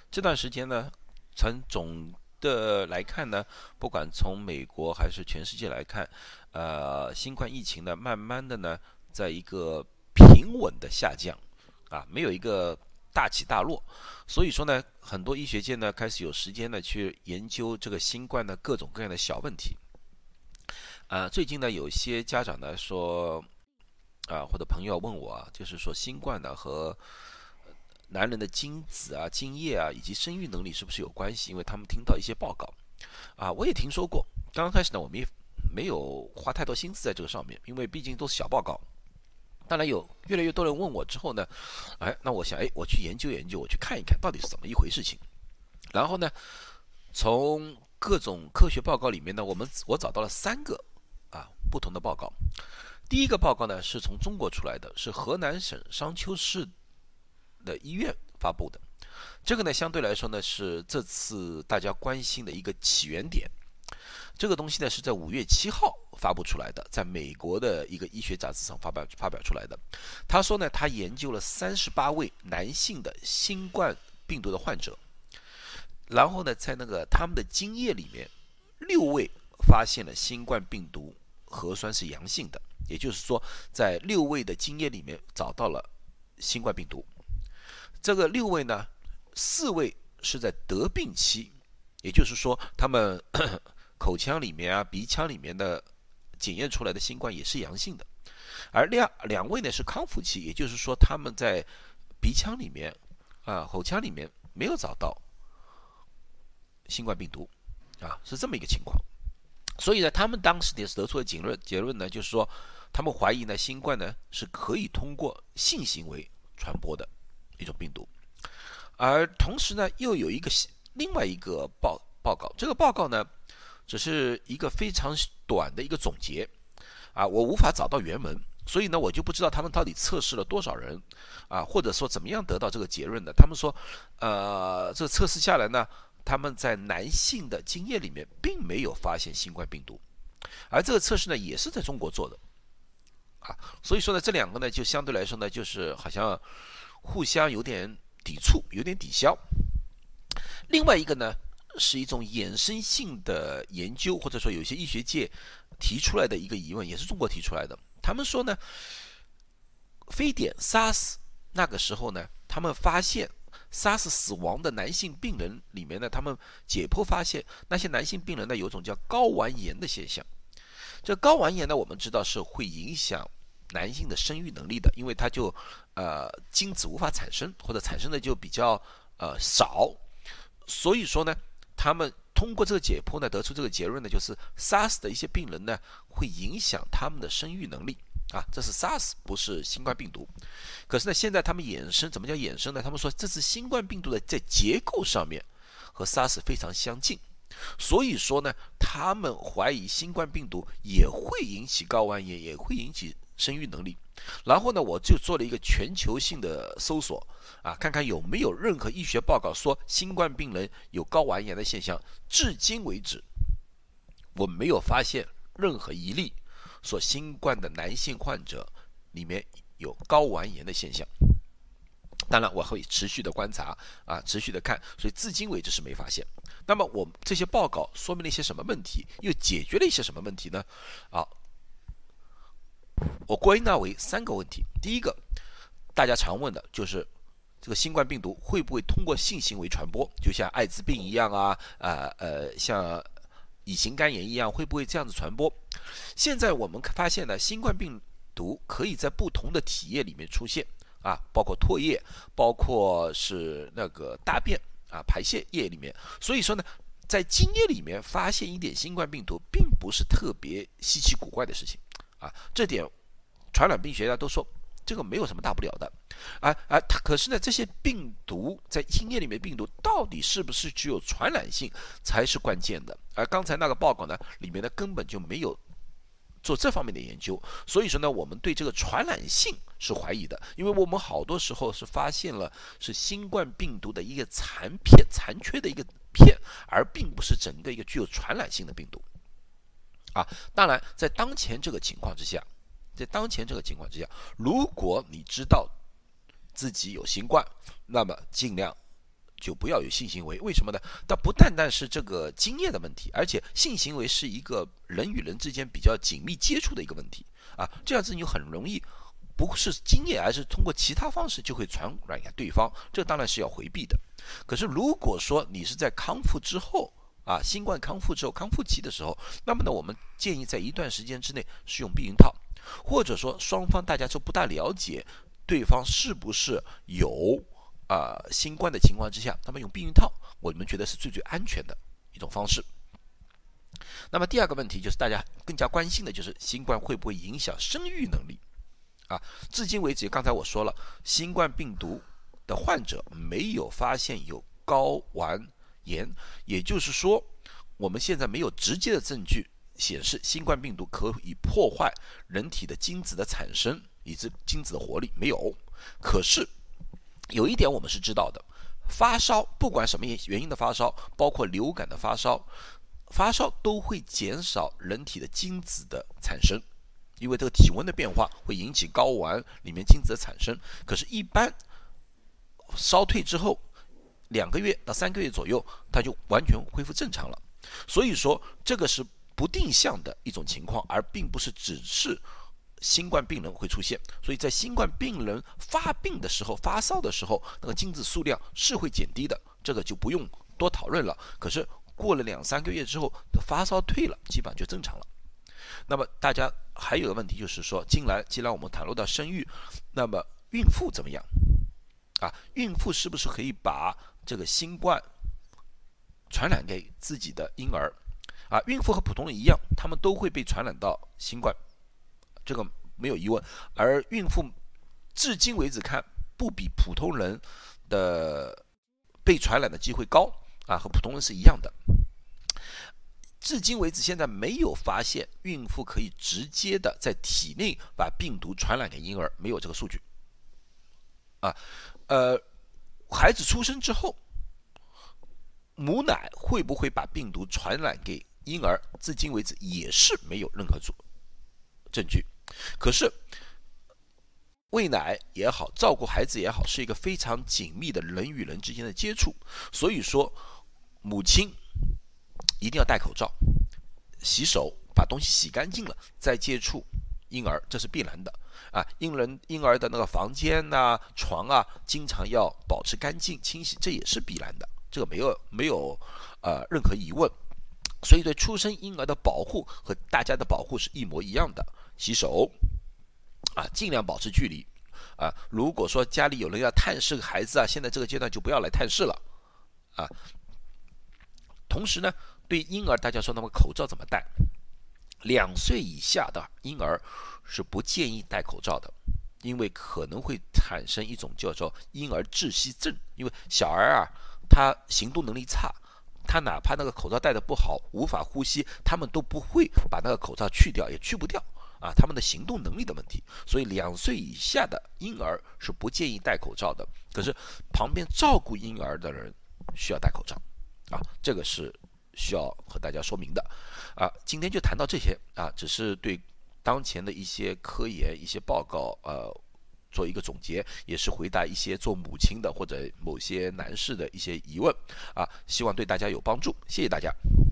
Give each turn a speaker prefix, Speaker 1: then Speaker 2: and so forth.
Speaker 1: 这段时间呢，从总的来看呢，不管从美国还是全世界来看，新冠疫情呢，慢慢的呢，在一个平稳的下降，没有一个大起大落。所以说呢，很多医学界呢开始有时间呢去研究这个新冠的各种各样的小问题。最近呢，有些家长呢说，或者朋友问我就是说新冠呢和男人的精子啊、精液啊以及生育能力是不是有关系？因为他们听到一些报告，我也听说过。刚刚开始呢，我们也没有花太多心思在这个上面，因为毕竟都是小报告。当然有越来越多人问我之后呢，那我想，我去研究研究，我去看一看到底是怎么一回事情。然后呢，从各种科学报告里面呢，我找到了3个不同的报告。第一个报告呢是从中国出来的，是河南省商丘市的医院发布的。这个呢相对来说呢是这次大家关心的一个起源点。这个东西呢是在5月7号发布出来的，在美国的一个医学杂志上发表出来的。他说呢，他研究了38位男性的新冠病毒的患者，然后呢，在他们的精液里面，6位发现了新冠病毒核酸是阳性的，也就是说，在6位的精液里面找到了新冠病毒。这个6位呢，4位是在得病期，也就是说，他们口腔里面鼻腔里面的检验出来的新冠也是阳性的，而两位呢是康复期，也就是说他们在鼻腔里面口腔里面没有找到新冠病毒是这么一个情况。所以呢，他们当时也是得出的结论呢，就是说他们怀疑呢，新冠呢是可以通过性行为传播的一种病毒。而同时呢，又有另外一个报告，这个报告呢只是一个非常短的一个总结我无法找到原文，所以呢我就不知道他们到底测试了多少人或者说怎么样得到这个结论的。他们说这个测试下来呢，他们在男性的精液里面并没有发现新冠病毒，而这个测试呢也是在中国做的所以说呢这两个呢就相对来说呢就是好像互相有点抵触，有点抵消。另外一个呢是一种衍生性的研究，或者说有些医学界提出来的一个疑问，也是中国提出来的。他们说呢，非典 SARS 那个时候呢，他们发现 SARS 死亡的男性病人里面呢，他们解剖发现那些男性病人呢有一种叫睾丸炎的现象。这睾丸炎呢，我们知道是会影响男性的生育能力的，因为它就精子无法产生，或者产生的就比较少。所以说呢，他们通过这个解剖呢，得出这个结论呢，就是 SARS 的一些病人呢，会影响他们的生育能力这是 SARS， 不是新冠病毒。可是呢，现在他们衍生，怎么叫衍生呢？他们说这次新冠病毒的在结构上面和 SARS 非常相近，所以说呢，他们怀疑新冠病毒也会引起睾丸炎，也会引起生育能力。然后呢，我就做了一个全球性的搜索看看有没有任何医学报告说新冠病人有睾丸炎的现象。至今为止，我没有发现任何一例说新冠的男性患者里面有睾丸炎的现象。当然我会持续的观察持续的看，所以至今为止是没发现。那么我这些报告说明了一些什么问题，又解决了一些什么问题呢？我归纳为3个问题。第一个，大家常问的就是这个新冠病毒会不会通过性行为传播，就像艾滋病一样像乙型肝炎一样，会不会这样子传播？现在我们发现呢，新冠病毒可以在不同的体液里面出现包括唾液，包括是那个大便排泄液里面。所以说呢，在精液里面发现一点新冠病毒，并不是特别稀奇古怪的事情这点传染病学家都说这个没有什么大不了的可是呢，这些病毒在精液里面，病毒到底是不是具有传染性才是关键的。而刚才那个报告呢，里面呢根本就没有做这方面的研究，所以说呢，我们对这个传染性是怀疑的，因为我们好多时候是发现了是新冠病毒的一个残缺的一个片，而并不是整个一个具有传染性的病毒当然，在当前这个情况之下，如果你知道自己有新冠，那么尽量就不要有性行为。为什么呢？它不单单是这个经验的问题，而且性行为是一个人与人之间比较紧密接触的一个问题啊，这样子你很容易不是经验，而是通过其他方式就会传染给对方，这当然是要回避的。可是如果说你是在康复之后啊，新冠康复之后，康复期的时候，那么呢，我们建议在一段时间之内使用避孕套，或者说双方大家都不大了解对方是不是有新冠的情况之下，那么用避孕套，我们觉得是最安全的一种方式。那么第二个问题就是大家更加关心的就是新冠会不会影响生育能力啊？至今为止，刚才我说了，新冠病毒的患者没有发现有睾丸炎，也就是说，我们现在没有直接的证据显示新冠病毒可以破坏人体的精子的产生以及精子的活力，没有。可是有一点我们是知道的，发烧不管什么原因的发烧，包括流感的发烧都会减少人体的精子的产生，因为这个体温的变化会引起睾丸里面精子的产生。可是，一般烧退之后2个月到3个月左右，它就完全恢复正常了。所以说，这个是不定向的一种情况，而并不是只是新冠病人会出现。所以在新冠病人发病的时候、发烧的时候，那个精子数量是会减低的，这个就不用多讨论了。可是过了2-3个月之后，发烧退了，基本上就正常了。那么大家还有个问题就是说，既然我们谈论到生育，那么孕妇怎么样啊？孕妇是不是可以把这个新冠传染给自己的婴儿啊？孕妇和普通人一样，他们都会被传染到新冠，这个没有疑问。而孕妇至今为止看，不比普通人的被传染的机会高啊，和普通人是一样的。至今为止，现在没有发现孕妇可以直接的在体内把病毒传染给婴儿，没有这个数据啊。孩子出生之后，母奶会不会把病毒传染给婴儿？至今为止也是没有任何证据。可是喂奶也好，照顾孩子也好，是一个非常紧密的人与人之间的接触，所以说母亲一定要戴口罩、洗手，把东西洗干净了再接触婴儿，这是必然的啊。婴儿的那个房间啊、床啊，经常要保持干净清洗，这也是必然的，这个没有任何疑问。所以对出生婴儿的保护和大家的保护是一模一样的，洗手啊，尽量保持距离啊。如果说家里有人要探视孩子啊，现在这个阶段就不要来探视了啊。同时呢，对婴儿大家说那么口罩怎么戴？2岁以下的婴儿是不建议戴口罩的，因为可能会产生一种叫做婴儿窒息症。因为小儿啊，他行动能力差，他哪怕那个口罩戴得不好，无法呼吸，他们都不会把那个口罩去掉，也去不掉啊，他们的行动能力的问题。所以2岁以下的婴儿是不建议戴口罩的。可是旁边照顾婴儿的人需要戴口罩啊，这个是需要和大家说明的啊。今天就谈到这些啊，只是对当前的一些科研、一些报告做一个总结，也是回答一些做母亲的或者某些男士的一些疑问啊，希望对大家有帮助，谢谢大家。